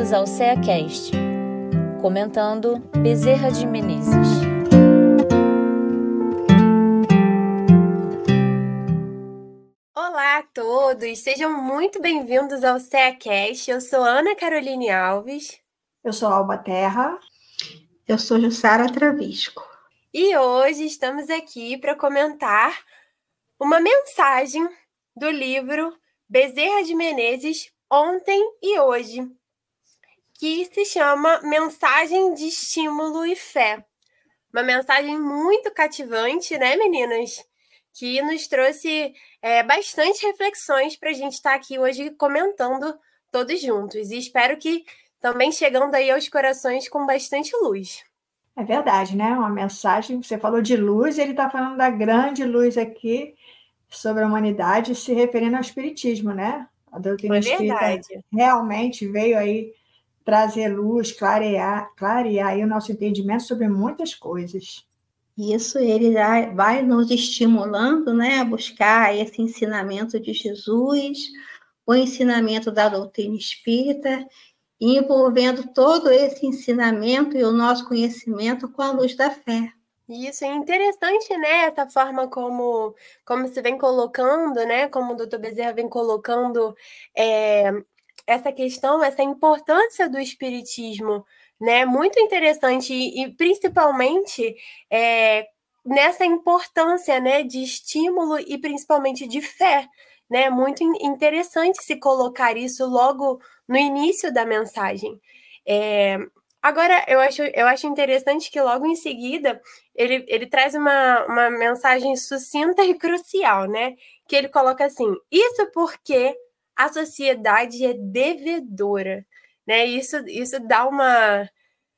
bem-vindos ao CEAcast, comentando Bezerra de Menezes. Olá a todos, sejam muito bem-vindos ao CEAcast. Eu sou Ana Caroline Alves. Eu sou Alba Terra. Eu sou Jussara Travisco. E hoje estamos aqui para comentar uma mensagem do livro Bezerra de Menezes, Ontem e Hoje, que se chama Mensagem de Estímulo e Fé. Uma mensagem muito cativante, né, meninas? Que nos trouxe bastante reflexões para a gente estar aqui hoje comentando todos juntos. E espero que também chegando aí aos corações com bastante luz. É verdade, né? Uma mensagem, você falou de luz, ele está falando da grande luz aqui sobre a humanidade, se referindo ao espiritismo, né? A doutrina espírita realmente veio aí trazer luz, clarear aí o nosso entendimento sobre muitas coisas. Isso, ele vai nos estimulando, né, a buscar esse ensinamento de Jesus, o ensinamento da doutrina espírita, envolvendo todo esse ensinamento e o nosso conhecimento com a luz da fé. Isso é interessante, né? Essa forma como se vem colocando, né? Como o doutor Bezerra vem colocando essa questão, essa importância do espiritismo, né? Muito interessante e principalmente nessa importância, né? De estímulo e principalmente de fé, né? Muito interessante se colocar isso logo no início da mensagem. Agora, eu acho interessante que logo em seguida ele traz uma mensagem sucinta e crucial, né? Que ele coloca assim: isso porque a sociedade é devedora, né? Isso dá uma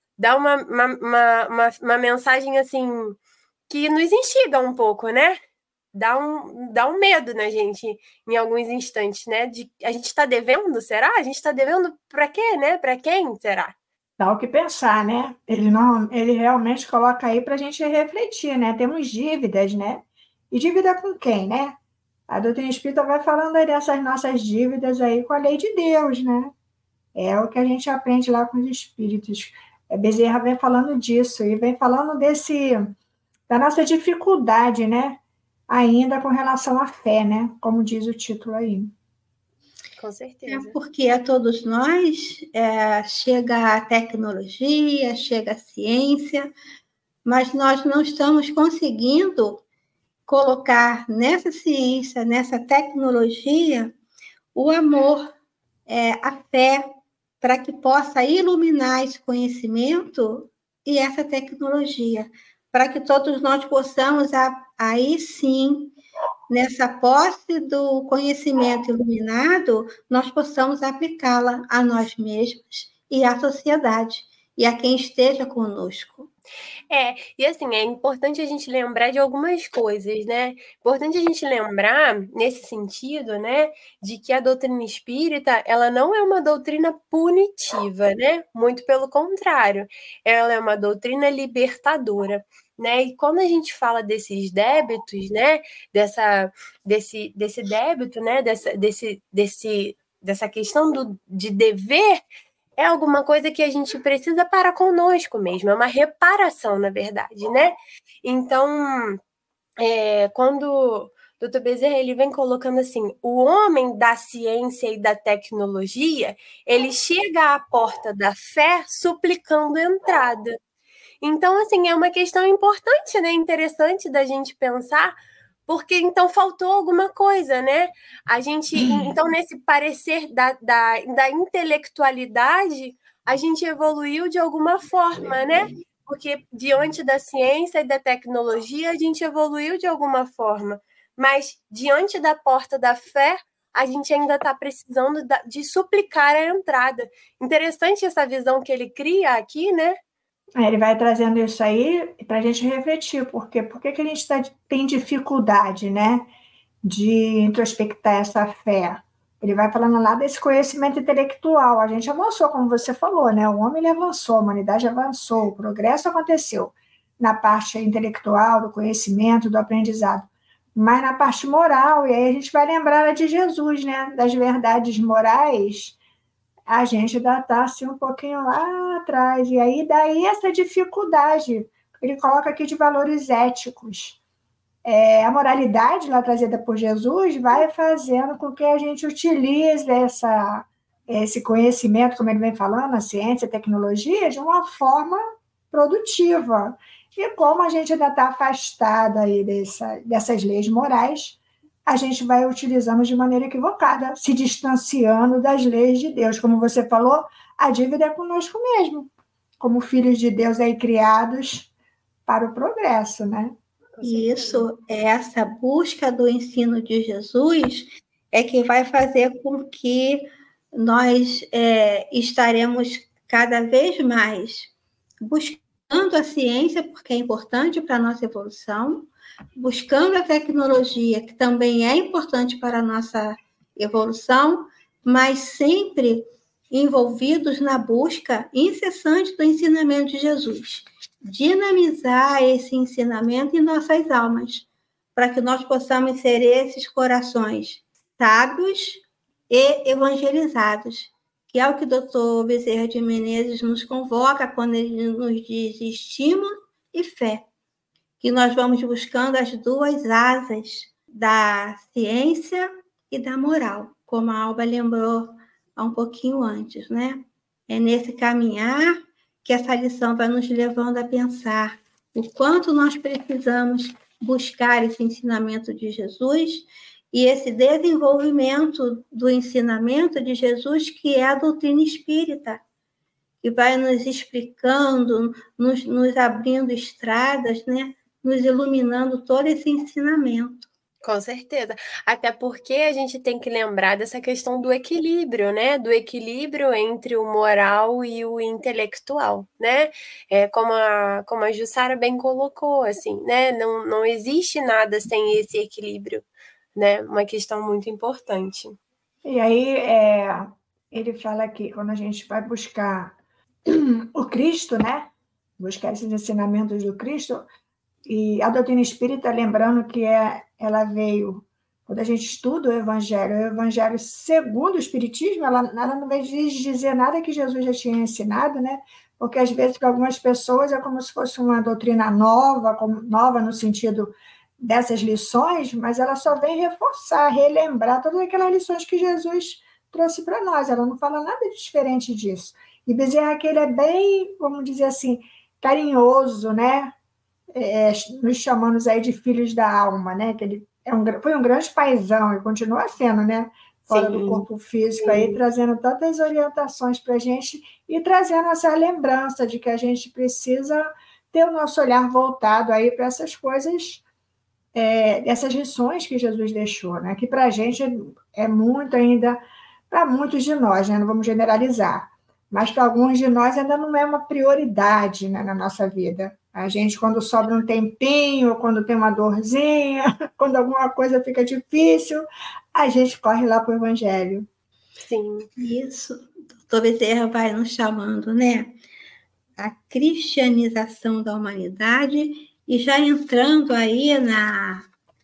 mensagem assim que nos instiga um pouco, né? Dá um medo na gente em alguns instantes, né? A gente está devendo, será? A gente está devendo para quê, né? Para quem será? Dá o que pensar, né? Ele realmente coloca aí para a gente refletir, né? Temos dívidas, né? E dívida com quem, né? A doutrina espírita vai falando aí dessas nossas dívidas aí com a lei de Deus, né? É o que a gente aprende lá com os espíritos. Bezerra vem falando disso e vem falando da nossa dificuldade, né? Ainda com relação à fé, né? Como diz o título aí. Com certeza. Porque a todos nós chega a tecnologia, chega a ciência, mas nós não estamos conseguindo colocar nessa ciência, nessa tecnologia, o amor, a fé, para que possa iluminar esse conhecimento e essa tecnologia, para que todos nós possamos, aí sim, nessa posse do conhecimento iluminado, nós possamos aplicá-la a nós mesmos e à sociedade, e a quem esteja conosco. E assim, é importante a gente lembrar de algumas coisas, né? Importante a gente lembrar, nesse sentido, né, de que a doutrina espírita, ela não é uma doutrina punitiva, né? Muito pelo contrário, ela é uma doutrina libertadora. Né? E quando a gente fala desses débitos, né, desse débito, né, dessa questão de dever, é alguma coisa que a gente precisa para conosco mesmo, é uma reparação, na verdade, né? Então, quando o Dr. Bezerra ele vem colocando assim, o homem da ciência e da tecnologia, ele chega à porta da fé suplicando entrada. Então, assim, é uma questão importante, né? Interessante da gente pensar, porque então faltou alguma coisa, né? A gente, então, nesse parecer da intelectualidade, a gente evoluiu de alguma forma, né? Porque diante da ciência e da tecnologia, a gente evoluiu de alguma forma. Mas diante da porta da fé, a gente ainda está precisando de suplicar a entrada. Interessante essa visão que ele cria aqui, né? Ele vai trazendo isso aí para a gente refletir, por que a gente tem dificuldade, né, de introspectar essa fé. Ele vai falando lá desse conhecimento intelectual. A gente avançou, como você falou, né? O homem ele avançou, a humanidade avançou, o progresso aconteceu na parte intelectual, do conhecimento, do aprendizado. Mas na parte moral, e aí a gente vai lembrar de Jesus, né? Das verdades morais, a gente ainda está assim, um pouquinho lá atrás. E aí, daí essa dificuldade, ele coloca aqui de valores éticos. A moralidade lá trazida por Jesus vai fazendo com que a gente utilize esse conhecimento, como ele vem falando, a ciência, a tecnologia, de uma forma produtiva. E como a gente ainda está afastado aí dessas leis morais, a gente vai utilizando de maneira equivocada, se distanciando das leis de Deus. Como você falou, a dívida é conosco mesmo, como filhos de Deus aí criados para o progresso, né? Isso, essa busca do ensino de Jesus é que vai fazer com que nós estaremos cada vez mais buscando a ciência, porque é importante para a nossa evolução, buscando a tecnologia, que também é importante para a nossa evolução, mas sempre envolvidos na busca incessante do ensinamento de Jesus. Dinamizar esse ensinamento em nossas almas, para que nós possamos ser esses corações sábios e evangelizados, que é o que o Dr. Bezerra de Menezes nos convoca quando ele nos diz estímulo e fé, que nós vamos buscando as duas asas da ciência e da moral, como a Alba lembrou há um pouquinho antes, né? É nesse caminhar que essa lição vai nos levando a pensar o quanto nós precisamos buscar esse ensinamento de Jesus e esse desenvolvimento do ensinamento de Jesus, que é a doutrina espírita, que vai nos explicando, nos abrindo estradas, né? Nos iluminando todo esse ensinamento. Com certeza. Até porque a gente tem que lembrar dessa questão do equilíbrio, né? Do equilíbrio entre o moral e o intelectual, né? Como a Jussara bem colocou, assim, né? Não existe nada sem esse equilíbrio, né? Uma questão muito importante. E aí, ele fala aqui, quando a gente vai buscar o Cristo, né? Buscar esses ensinamentos do Cristo, e a doutrina espírita, lembrando que ela veio, quando a gente estuda o Evangelho segundo o Espiritismo, ela não vai dizer nada que Jesus já tinha ensinado, né? Porque às vezes para algumas pessoas é como se fosse uma doutrina nova no sentido dessas lições, mas ela só vem reforçar, relembrar todas aquelas lições que Jesus trouxe para nós. Ela não fala nada de diferente disso. E Bezerra que ele é bem, vamos dizer assim, carinhoso, né? Nos chamamos aí de filhos da alma, né? Que ele foi um grande paizão e continua sendo, né? Fora do corpo físico aí, trazendo tantas orientações para a gente e trazendo essa lembrança de que a gente precisa ter o nosso olhar voltado aí para essas coisas, essas lições que Jesus deixou, né? Que para a gente é muito ainda, para muitos de nós, né? Não vamos generalizar, mas para alguns de nós ainda não é uma prioridade, né, na nossa vida. A gente, quando sobra um tempinho, quando tem uma dorzinha, quando alguma coisa fica difícil, a gente corre lá para o Evangelho. Sim. Isso, o doutor Bezerra vai nos chamando, né? A cristianização da humanidade e já entrando aí na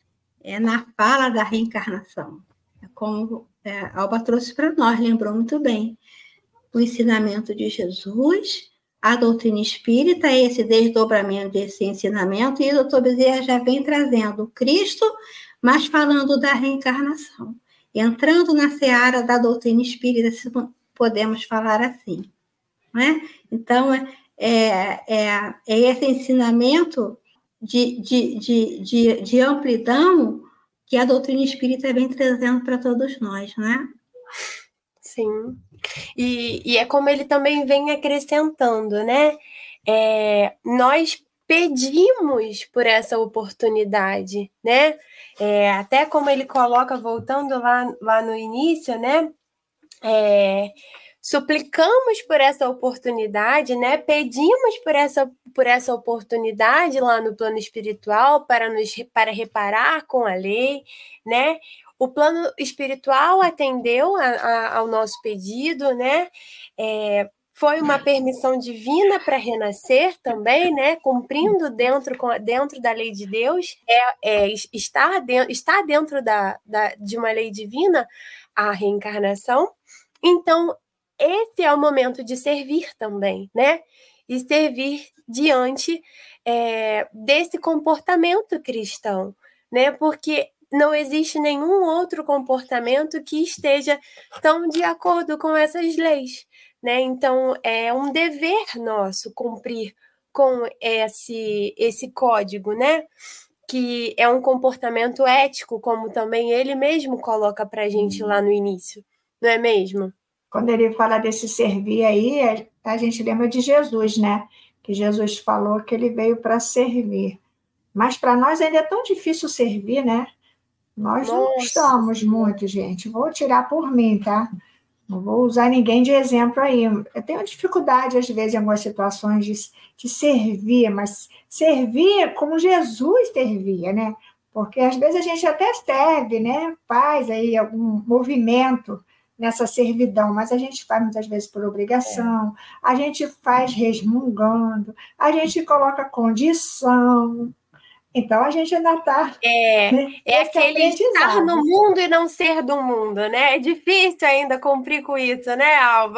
fala da reencarnação. Como a Alba trouxe para nós, lembrou muito bem. O ensinamento de Jesus, a doutrina espírita, esse desdobramento desse ensinamento, e o doutor Bezerra já vem trazendo o Cristo, mas falando da reencarnação, entrando na seara da doutrina espírita, se podemos falar assim. Não é? Então, é esse ensinamento de amplidão que a doutrina espírita vem trazendo para todos nós, né? Sim. E é como ele também vem acrescentando, né? Nós pedimos por essa oportunidade, né? Até como ele coloca, voltando lá no início, né? Suplicamos por essa oportunidade, né? Pedimos por essa oportunidade lá no plano espiritual para reparar com a lei, né? O plano espiritual atendeu ao nosso pedido, né? Foi uma permissão divina para renascer também, né? Cumprindo dentro da lei de Deus, está dentro de uma lei divina a reencarnação. Então, esse é o momento de servir também, né? E servir diante desse comportamento cristão, né? Porque não existe nenhum outro comportamento que esteja tão de acordo com essas leis, né? Então, é um dever nosso cumprir com esse código, né? Que é um comportamento ético, como também ele mesmo coloca para a gente lá no início, não é mesmo? Quando ele fala desse servir aí, a gente lembra de Jesus, né? Que Jesus falou que ele veio para servir. Mas para nós ainda é tão difícil servir, né? Nós não Nossa, gostamos muito, gente. Vou tirar por mim, tá? Não vou usar ninguém de exemplo aí. Eu tenho dificuldade, às vezes, em algumas situações, de servir, mas servir como Jesus servia, né? Porque às vezes a gente até serve, né? Faz aí algum movimento nessa servidão, mas a gente faz muitas vezes por obrigação, a gente faz resmungando, a gente coloca condição. Então a gente ainda está É nesse aquele estar no aprendizado. mundo e não ser do mundo, né? É difícil ainda cumprir com isso, né, Alba?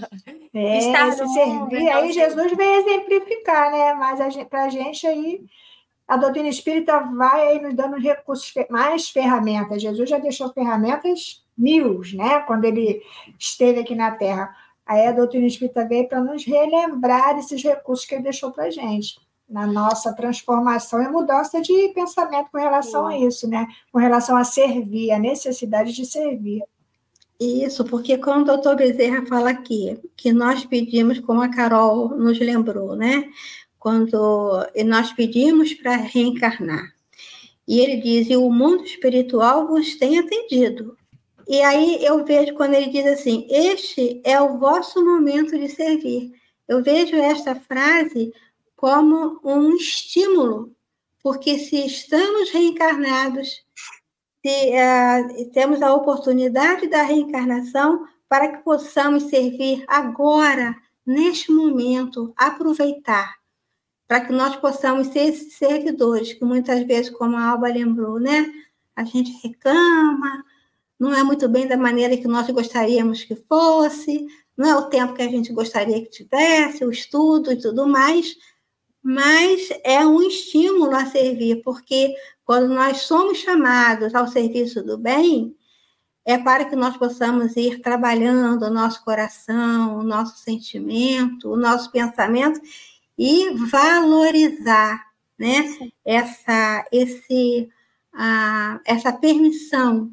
Estar Esse no mundo e servir não aí, ser. Jesus veio exemplificar, né? Mas para a gente aí, a doutrina espírita vai aí nos dando recursos, mais ferramentas. Jesus já deixou ferramentas mil, né? Quando ele esteve aqui na Terra. Aí a doutrina espírita veio para nos relembrar esses recursos que ele deixou para a gente, na nossa transformação e mudança de pensamento com relação a isso, né? Com relação a servir, a necessidade de servir. Isso, porque quando o doutor Bezerra fala aqui, que nós pedimos, como a Carol nos lembrou, né? Quando nós pedimos para reencarnar. E ele diz, e o mundo espiritual vos tem atendido. E aí eu vejo quando ele diz assim, este é o vosso momento de servir. Eu vejo esta frase como um estímulo, porque se estamos reencarnados, temos a oportunidade da reencarnação para que possamos servir agora, neste momento, aproveitar, para que nós possamos ser esses servidores, que muitas vezes, como a Alba lembrou, né? A gente reclama, não é muito bem da maneira que nós gostaríamos que fosse, não é o tempo que a gente gostaria que tivesse, o estudo e tudo mais, mas é um estímulo a servir, porque quando nós somos chamados ao serviço do bem, é para que nós possamos ir trabalhando o nosso coração, o nosso sentimento, o nosso pensamento e valorizar, né, essa permissão,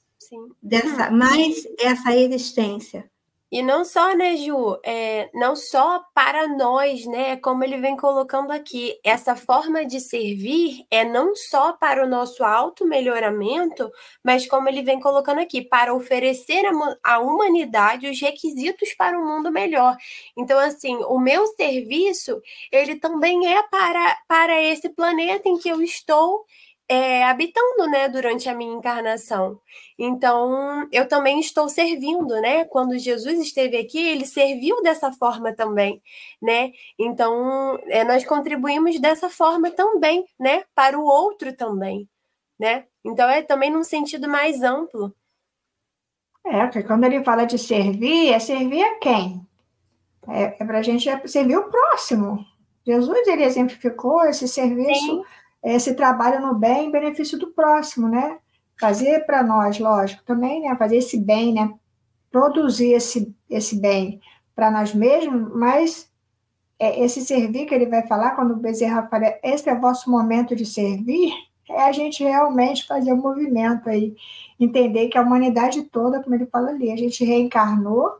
mais essa existência. E não só, né, Ju, não só para nós, né, como ele vem colocando aqui, essa forma de servir é não só para o nosso auto-melhoramento, mas como ele vem colocando aqui, para oferecer à humanidade os requisitos para um mundo melhor. Então, assim, o meu serviço, ele também é para esse planeta em que eu estou habitando, né, durante a minha encarnação. Então, eu também estou servindo, né? Quando Jesus esteve aqui, ele serviu dessa forma também, né? Então, nós contribuímos dessa forma também, né? Para o outro também, né? Então, é também num sentido mais amplo. Porque quando ele fala de servir, é servir a quem? É para a gente servir o próximo. Jesus, ele exemplificou esse serviço, esse trabalho no bem em benefício do próximo, né? Fazer para nós, lógico, também, né? Fazer esse bem, né? Produzir esse bem para nós mesmos, mas esse servir que ele vai falar, quando o Bezerra fala, esse é o vosso momento de servir, é a gente realmente fazer um movimento aí, entender que a humanidade toda, como ele fala ali, a gente reencarnou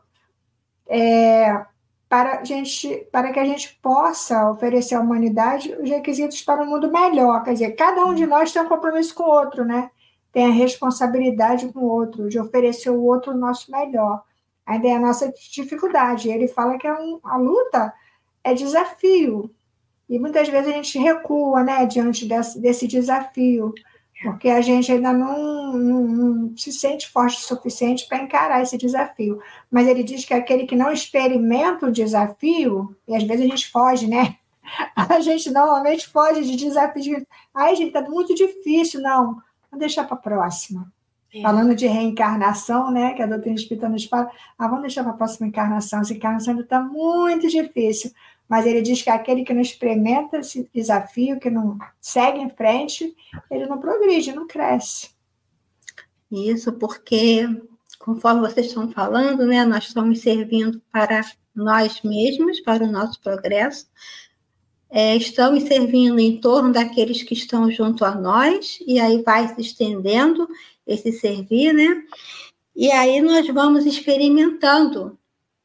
para que a gente possa oferecer à humanidade os requisitos para um mundo melhor. Quer dizer, cada um de nós tem um compromisso com o outro, né? Tem a responsabilidade com o outro, de oferecer ao outro o nosso melhor. Ainda é a nossa dificuldade. Ele fala que a luta é desafio. E muitas vezes a gente recua, né, diante desse desafio, porque a gente ainda não se sente forte o suficiente para encarar esse desafio. Mas ele diz que aquele que não experimenta o desafio, e às vezes a gente foge, né? A gente normalmente foge de desafios. Ai, gente, está muito difícil. Não, vamos deixar para a próxima. Falando de reencarnação, né, que a doutrina espírita nos fala, vamos deixar para a próxima encarnação, essa encarnação ainda está muito difícil, mas ele diz que aquele que não experimenta esse desafio, que não segue em frente, ele não progride, não cresce. Isso porque, conforme vocês estão falando, né, nós estamos servindo para nós mesmos, para o nosso progresso, estamos servindo em torno daqueles que estão junto a nós, e aí vai se estendendo esse servir, né? E aí nós vamos experimentando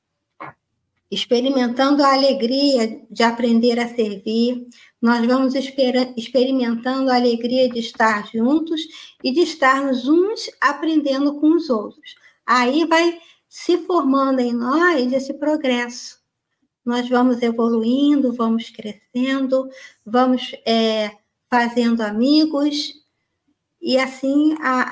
a alegria de aprender a servir, nós vamos experimentando a alegria de estar juntos e de estarmos uns aprendendo com os outros. Aí vai se formando em nós esse progresso. Nós vamos evoluindo, vamos crescendo, vamos fazendo amigos, e assim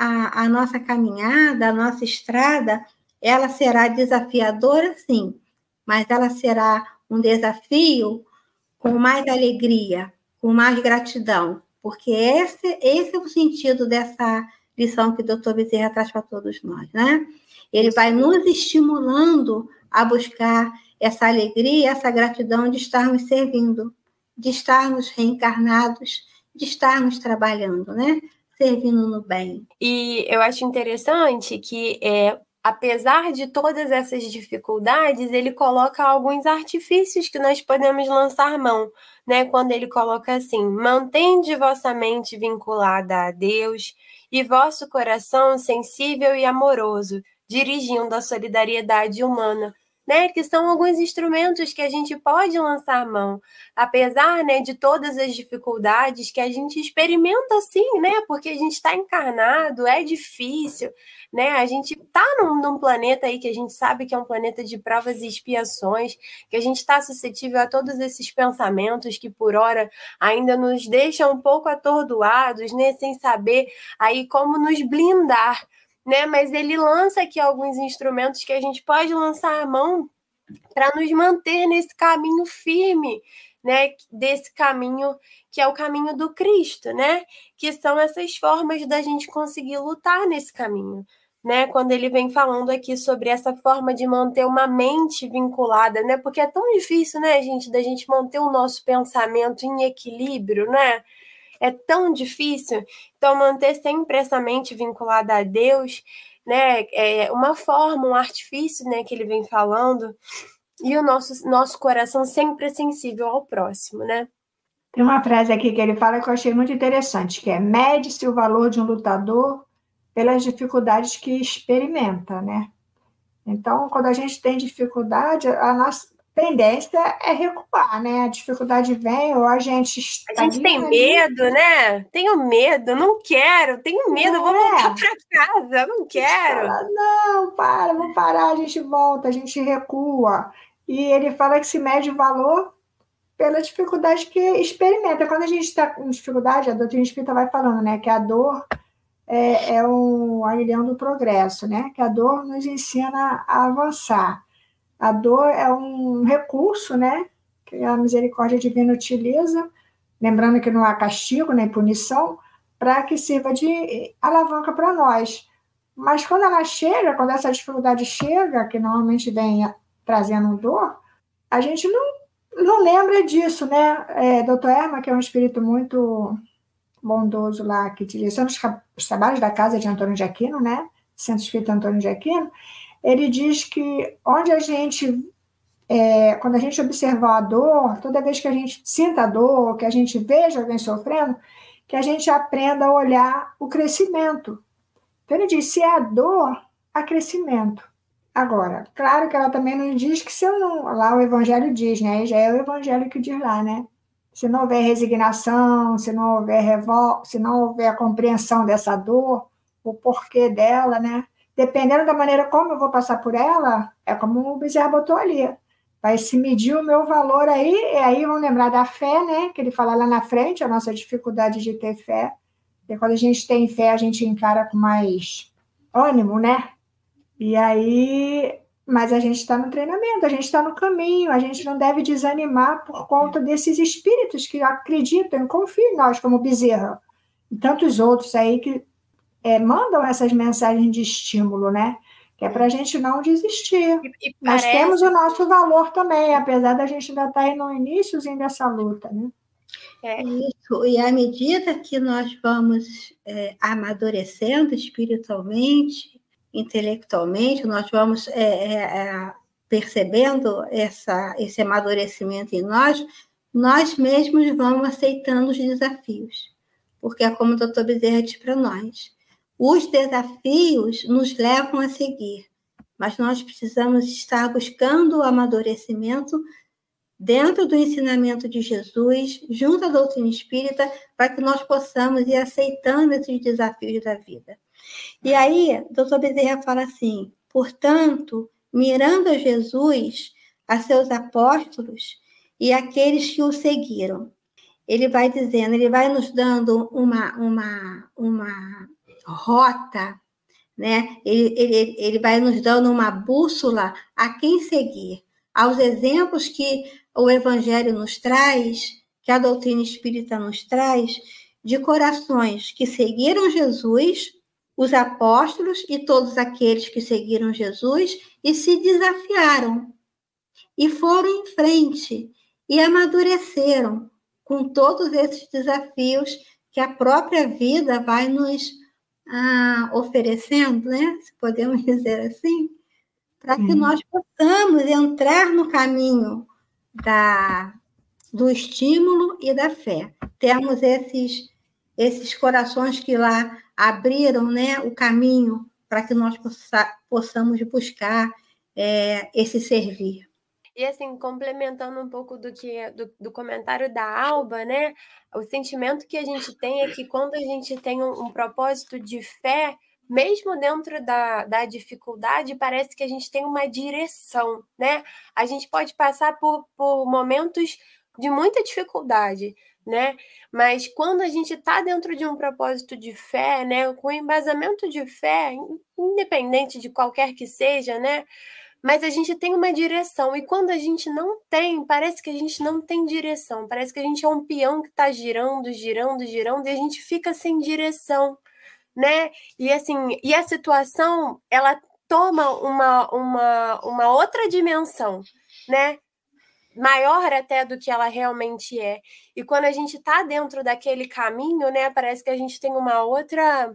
a nossa caminhada, a nossa estrada, ela será desafiadora, sim, mas ela será um desafio com mais alegria, com mais gratidão, porque esse é o sentido dessa lição que o Dr. Bezerra traz para todos nós, né? Ele vai nos estimulando a buscar essa alegria, essa gratidão de estarmos servindo, de estarmos reencarnados, de estarmos trabalhando, né? Servindo no bem. E eu acho interessante que, apesar de todas essas dificuldades, ele coloca alguns artifícios que nós podemos lançar mão, né? Quando ele coloca assim: mantende vossa mente vinculada a Deus e vosso coração sensível e amoroso, dirigindo a solidariedade humana. Né, que são alguns instrumentos que a gente pode lançar mão, apesar, né, de todas as dificuldades que a gente experimenta, sim, né, porque a gente está encarnado, é difícil, né, a gente está num planeta aí que a gente sabe que é um planeta de provas e expiações, que a gente está suscetível a todos esses pensamentos que por hora ainda nos deixam um pouco atordoados, né, sem saber aí como nos blindar, né? Mas ele lança aqui alguns instrumentos que a gente pode lançar a mão para nos manter nesse caminho firme, né? Desse caminho que é o caminho do Cristo, né? Que são essas formas da gente conseguir lutar nesse caminho, né? Quando ele vem falando aqui sobre essa forma de manter uma mente vinculada, né? Porque é tão difícil, né, gente, da gente manter o nosso pensamento em equilíbrio, né? É tão difícil. Então, manter sempre essa mente vinculada a Deus, né, é uma forma, um artifício, né, que ele vem falando, e o nosso coração sempre é sensível ao próximo, né? Tem uma frase aqui que ele fala que eu achei muito interessante, que é: mede-se o valor de um lutador pelas dificuldades que experimenta, né? Então, quando a gente tem dificuldade, a nossa tendência é recuar, né? A dificuldade vem, ou a gente tem medo, né? Tenho medo, não quero, tenho medo, vou voltar para casa, não quero. Fala, não, vou parar, a gente volta, a gente recua. E ele fala que se mede o valor pela dificuldade que experimenta. Quando a gente está com dificuldade, a doutrina espírita vai falando, né? Que a dor é um aguilhão do progresso, né? Que a dor nos ensina a avançar. A dor é um recurso, né, que a misericórdia divina utiliza, lembrando que não há castigo nem punição, para que sirva de alavanca para nós. Mas quando ela chega, quando essa dificuldade chega, que normalmente vem trazendo dor, a gente não lembra disso, né? Dr. Erma, que é um espírito muito bondoso lá, que direciona os trabalhos da casa de Antônio de Aquino, né? Centro Espírita Antônio de Aquino, ele diz que onde a gente, quando a gente observar a dor, toda vez que a gente sinta a dor, que a gente veja alguém sofrendo, que a gente aprenda a olhar o crescimento. Então ele diz: se é a dor, há crescimento. Agora, claro que ela também não diz que se eu não... Lá o Evangelho diz, né? Já é o Evangelho que diz lá, né? Se não houver resignação, se não houver revolta, se não houver a compreensão dessa dor, o porquê dela, né? Dependendo da maneira como eu vou passar por ela, é como o Bezerra botou ali. Vai se medir o meu valor aí, e aí vão lembrar da fé, né? Que ele fala lá na frente, a nossa dificuldade de ter fé. E quando a gente tem fé, a gente encara com mais ânimo, né? E aí... Mas a gente está no treinamento, a gente está no caminho, a gente não deve desanimar por conta desses espíritos que acreditam, confiam em nós, como Bezerra. E tantos outros aí que mandam essas mensagens de estímulo, né? Que é para a gente não desistir. Nós temos o nosso valor também, apesar da gente ainda estar aí no iníciozinho dessa luta, né? Isso, e à medida que nós vamos amadurecendo espiritualmente, intelectualmente, nós vamos percebendo esse amadurecimento em nós mesmos vamos aceitando os desafios. Porque é como o Dr. Bezerra diz para nós, os desafios nos levam a seguir, mas nós precisamos estar buscando o amadurecimento dentro do ensinamento de Jesus, junto à doutrina espírita, para que nós possamos ir aceitando esses desafios da vida. E aí, doutor Bezerra fala assim, portanto, mirando a Jesus, a seus apóstolos e aqueles que o seguiram. Ele vai dizendo, ele vai nos dando uma rota, né? Ele vai nos dando uma bússola a quem seguir, aos exemplos que o Evangelho nos traz, que a doutrina espírita nos traz, de corações que seguiram Jesus, os apóstolos e todos aqueles que seguiram Jesus e se desafiaram, e foram em frente, e amadureceram com todos esses desafios que a própria vida vai nos oferecendo, né? Se podemos dizer assim, para que nós possamos entrar no caminho do estímulo e da fé. Temos esses corações que lá abriram, né, o caminho para que nós possamos buscar esse servir. E assim, complementando um pouco do comentário da Alba, né? O sentimento que a gente tem é que quando a gente tem um propósito de fé, mesmo dentro da dificuldade, parece que a gente tem uma direção, né? A gente pode passar por momentos de muita dificuldade, né? Mas quando a gente está dentro de um propósito de fé, né? Com embasamento de fé, independente de qualquer que seja, né? Mas a gente tem uma direção, e quando a gente não tem, parece que a gente não tem direção, parece que a gente é um peão que está girando, girando, girando, e a gente fica sem direção, né? E assim, e a situação, ela toma uma outra dimensão, né? Maior até do que ela realmente é. E quando a gente está dentro daquele caminho, né, parece que a gente tem uma outra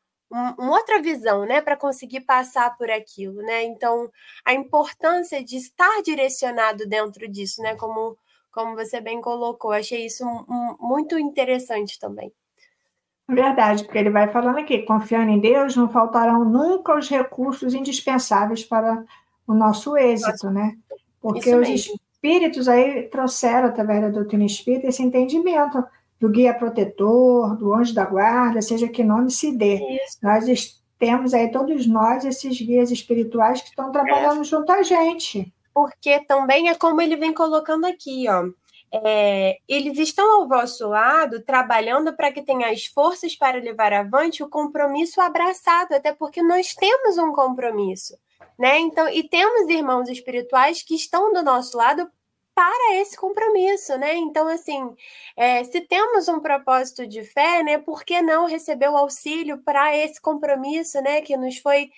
visão, né, para conseguir passar por aquilo, né? Então, a importância de estar direcionado dentro disso, né, como você bem colocou, achei isso muito interessante também. Verdade, porque ele vai falando aqui, confiando em Deus, não faltarão nunca os recursos indispensáveis para o nosso êxito, né? Porque os espíritos aí trouxeram, através da doutrina espírita, esse entendimento do guia protetor, do anjo da guarda, seja que nome se dê. Isso. Nós temos aí, todos nós, esses guias espirituais que estão trabalhando junto a gente. Porque também é como ele vem colocando aqui, ó. Eles estão ao vosso lado, trabalhando para que tenhais forças para levar avante o compromisso abraçado, até porque nós temos um compromisso, né? Então, e temos irmãos espirituais que estão do nosso lado para esse compromisso, né? Então, assim, se temos um propósito de fé, né, por que não receber o auxílio para esse compromisso, né, que nos foi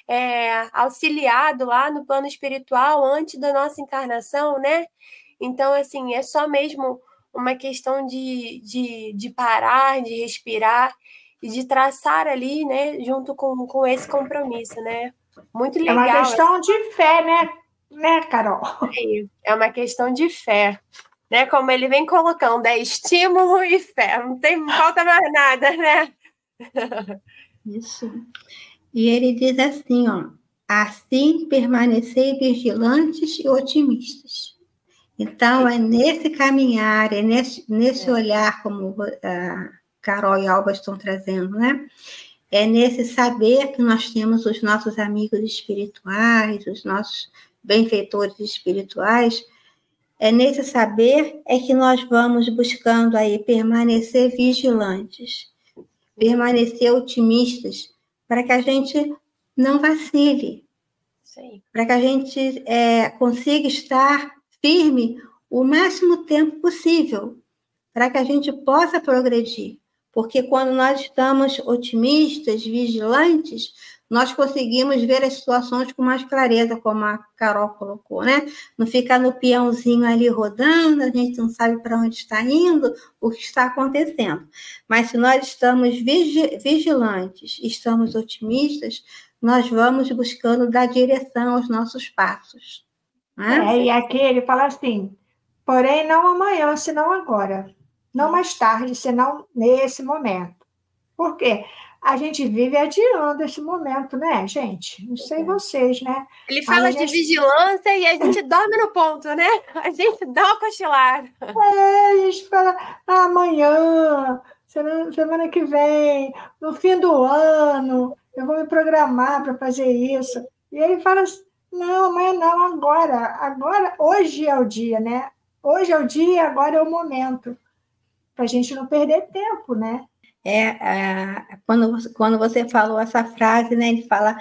auxiliado lá no plano espiritual antes da nossa encarnação, né? Então, assim, é só mesmo uma questão de parar, de respirar e de traçar ali, né, junto com esse compromisso, né? Muito legal. É uma questão de fé, né, Carol? É uma questão de fé, né? Como ele vem colocando, estímulo e fé, não falta mais nada, né? Isso. E ele diz assim, ó, assim permanecei vigilantes e otimistas. Então, é nesse caminhar, é nesse olhar, como a Carol e a Alba estão trazendo, né? É nesse saber que nós temos os nossos amigos espirituais, os nossos benfeitores espirituais, é nesse saber que nós vamos buscando aí permanecer vigilantes, permanecer otimistas, para que a gente não vacile, para que a gente consiga estar firme o máximo tempo possível, para que a gente possa progredir, Porque quando nós estamos otimistas, vigilantes, nós conseguimos ver as situações com mais clareza, como a Carol colocou, né? Não fica no peãozinho ali rodando, a gente não sabe para onde está indo, o que está acontecendo. Mas se nós estamos vigilantes, estamos otimistas, nós vamos buscando dar direção aos nossos passos. Né? E aqui ele fala assim, porém não amanhã, senão agora. Não mais tarde, senão nesse momento. Por quê? A gente vive adiando esse momento, né, gente? Não sei vocês, né? Ele fala de vigilância e a gente dorme no ponto, né? A gente dá uma cochilada. A gente fala amanhã, semana que vem, no fim do ano, eu vou me programar para fazer isso. E ele fala assim, não, amanhã não, agora. Agora, hoje é o dia, né? Hoje é o dia, agora é o momento. Para a gente não perder tempo, né? Quando você falou essa frase, né, ele fala,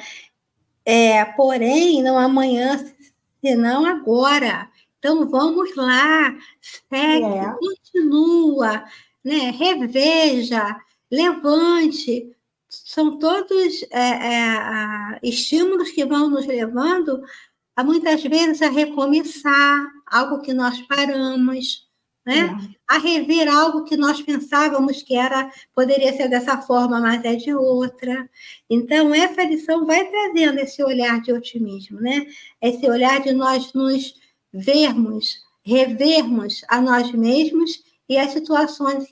porém, não amanhã, senão agora. Então, vamos lá, segue, continua, né, reveja, levante. São todos estímulos que vão nos levando a, muitas vezes, a recomeçar algo que nós paramos, né? A rever algo que nós pensávamos que poderia ser dessa forma, mas é de outra. Então, essa lição vai trazendo esse olhar de otimismo, né? Esse olhar de nós nos vermos, revermos a nós mesmos e as situações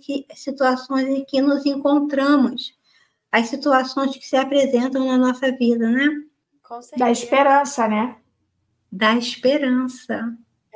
em que nos encontramos, as situações que se apresentam na nossa vida, né? Com certeza. Da esperança, né? Da esperança.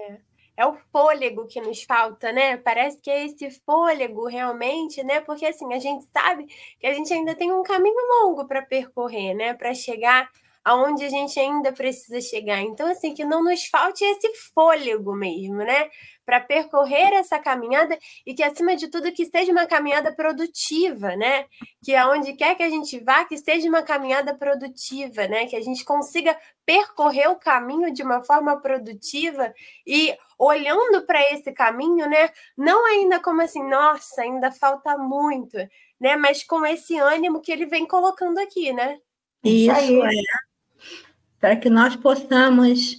É o fôlego que nos falta, né? Parece que é esse fôlego realmente, né? Porque assim, a gente sabe que a gente ainda tem um caminho longo para percorrer, né? Para chegar aonde a gente ainda precisa chegar. Então, assim, que não nos falte esse fôlego mesmo, né? Para percorrer essa caminhada e que, acima de tudo, que seja uma caminhada produtiva, né? Que aonde quer que a gente vá, que seja uma caminhada produtiva, né? Que a gente consiga percorrer o caminho de uma forma produtiva e olhando para esse caminho, né? Não ainda como assim, nossa, ainda falta muito, né? Mas com esse ânimo que ele vem colocando aqui, né? Isso para que nós possamos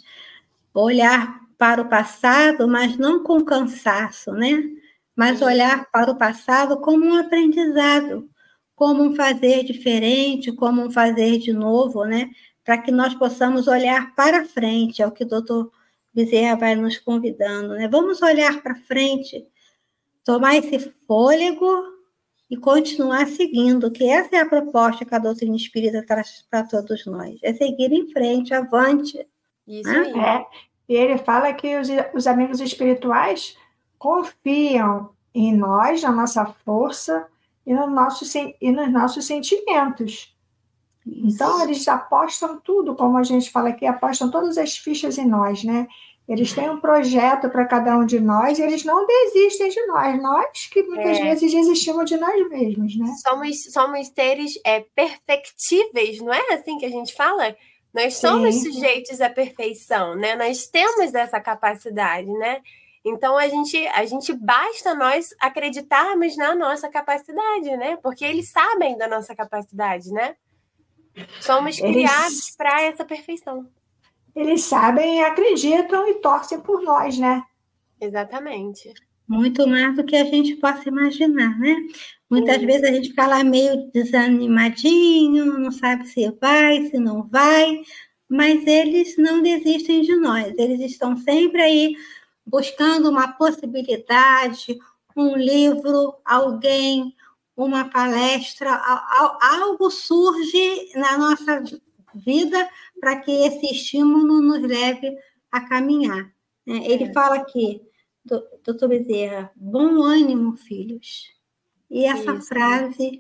olhar para o passado, mas não com cansaço, né? Mas olhar para o passado como um aprendizado, como um fazer diferente, como um fazer de novo, né? Para que nós possamos olhar para frente, é o que o doutor Bezerra vai nos convidando, né? Vamos olhar para frente, tomar esse fôlego e continuar seguindo, que essa é a proposta que a doutrina espírita traz para todos nós, é seguir em frente, avante. Isso aí. E ele fala que os amigos espirituais confiam em nós, na nossa força e nos nossos sentimentos. Então, eles apostam tudo, como a gente fala aqui, apostam todas as fichas em nós, né? Eles têm um projeto para cada um de nós e eles não desistem de nós que muitas vezes desistimos de nós mesmos, né? Somos seres perfectíveis, não é assim que a gente fala? Nós somos sujeitos à perfeição, né? Nós temos essa capacidade, né? Então, a gente basta nós acreditarmos na nossa capacidade, né? Porque eles sabem da nossa capacidade, né? Somos criados para essa perfeição. Eles sabem, acreditam e torcem por nós, né? Exatamente. Muito mais do que a gente possa imaginar, né? Muitas vezes a gente fica lá meio desanimadinho, não sabe se vai, se não vai, mas eles não desistem de nós. Eles estão sempre aí buscando uma possibilidade, um livro, alguém, uma palestra, algo surge na nossa vida para que esse estímulo nos leve a caminhar. Ele fala aqui, doutor Bezerra, bom ânimo, filhos. E essa frase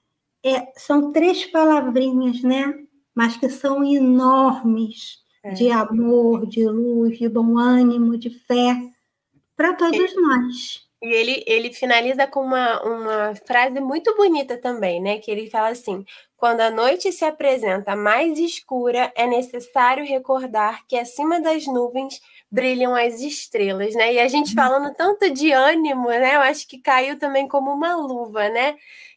são 3 palavrinhas, né? Mas que são enormes, de amor, de luz, de bom ânimo, de fé, para todos nós. E ele finaliza com uma frase muito bonita também, né? Que ele fala assim: quando a noite se apresenta mais escura, é necessário recordar que acima das nuvens brilham as estrelas, né? E a gente falando tanto de ânimo, né? Eu acho que caiu também como uma luva, né?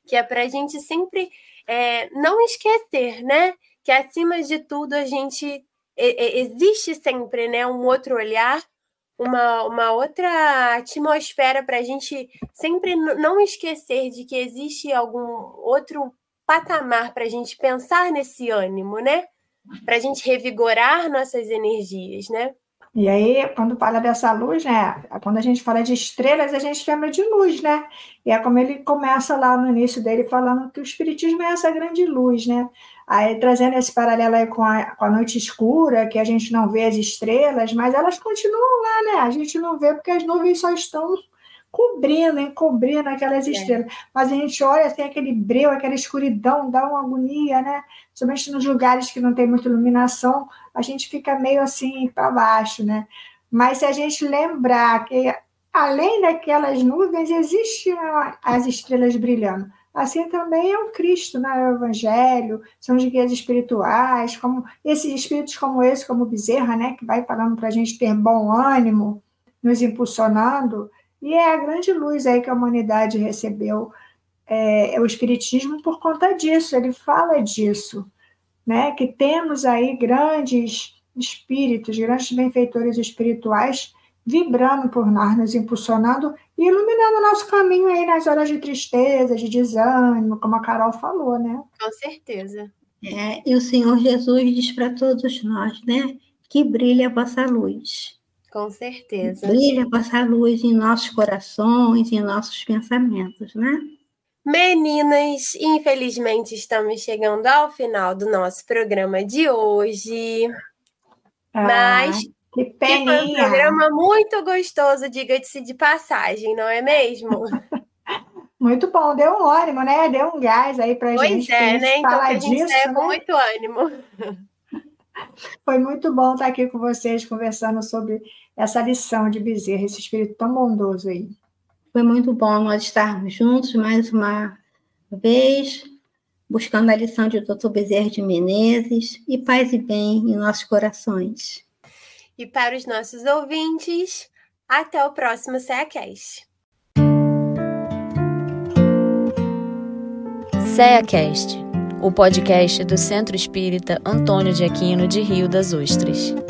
que é para a gente sempre não esquecer, né? Que acima de tudo a gente existe sempre, né? Um outro olhar, uma outra atmosfera para a gente sempre não esquecer de que existe algum outro patamar para a gente pensar nesse ânimo, né? Para a gente revigorar nossas energias, né? E aí, quando fala dessa luz, né? Quando a gente fala de estrelas, a gente lembra de luz, né? E é como ele começa lá no início dele falando que o Espiritismo é essa grande luz, né? Aí trazendo esse paralelo aí com a noite escura, que a gente não vê as estrelas, mas elas continuam lá, né? A gente não vê porque as nuvens só estão encobrindo aquelas estrelas. Mas a gente olha assim, aquele breu, aquela escuridão, dá uma agonia, né? Somente nos lugares que não tem muita iluminação, a gente fica meio assim para baixo, né? Mas se a gente lembrar que além daquelas nuvens existem as estrelas brilhando, assim também é o Cristo, né? É o Evangelho, são os guias espirituais, como esses espíritos como esse, como Bezerra, né? Que vai falando para a gente ter bom ânimo, nos impulsionando. E é a grande luz aí que a humanidade recebeu, o Espiritismo por conta disso, ele fala disso, né? Que temos aí grandes espíritos, grandes benfeitores espirituais vibrando por nós, nos impulsionando e iluminando o nosso caminho aí nas horas de tristeza, de desânimo, como a Carol falou, né? Com certeza. E o Senhor Jesus diz para todos nós, né? Que brilhe a vossa luz. Com certeza. Brilha a vossa luz em nossos corações, em nossos pensamentos, né? Meninas, infelizmente estamos chegando ao final do nosso programa de hoje. Mas que foi um programa muito gostoso, diga-se de passagem, não é mesmo? Muito bom, deu um ânimo, né? Deu um gás aí pra gente. Pois é, né? Então falar que a gente disso, saia com né? muito ânimo. Foi muito bom estar aqui com vocês, conversando sobre essa lição de Bezerra, esse espírito tão bondoso aí. Foi muito bom nós estarmos juntos mais uma vez, buscando a lição de Dr. Bezerra de Menezes e paz e bem em nossos corações. E para os nossos ouvintes, até o próximo CEACast. CEACast, o podcast do Centro Espírita Antônio de Aquino de Rio das Ostras.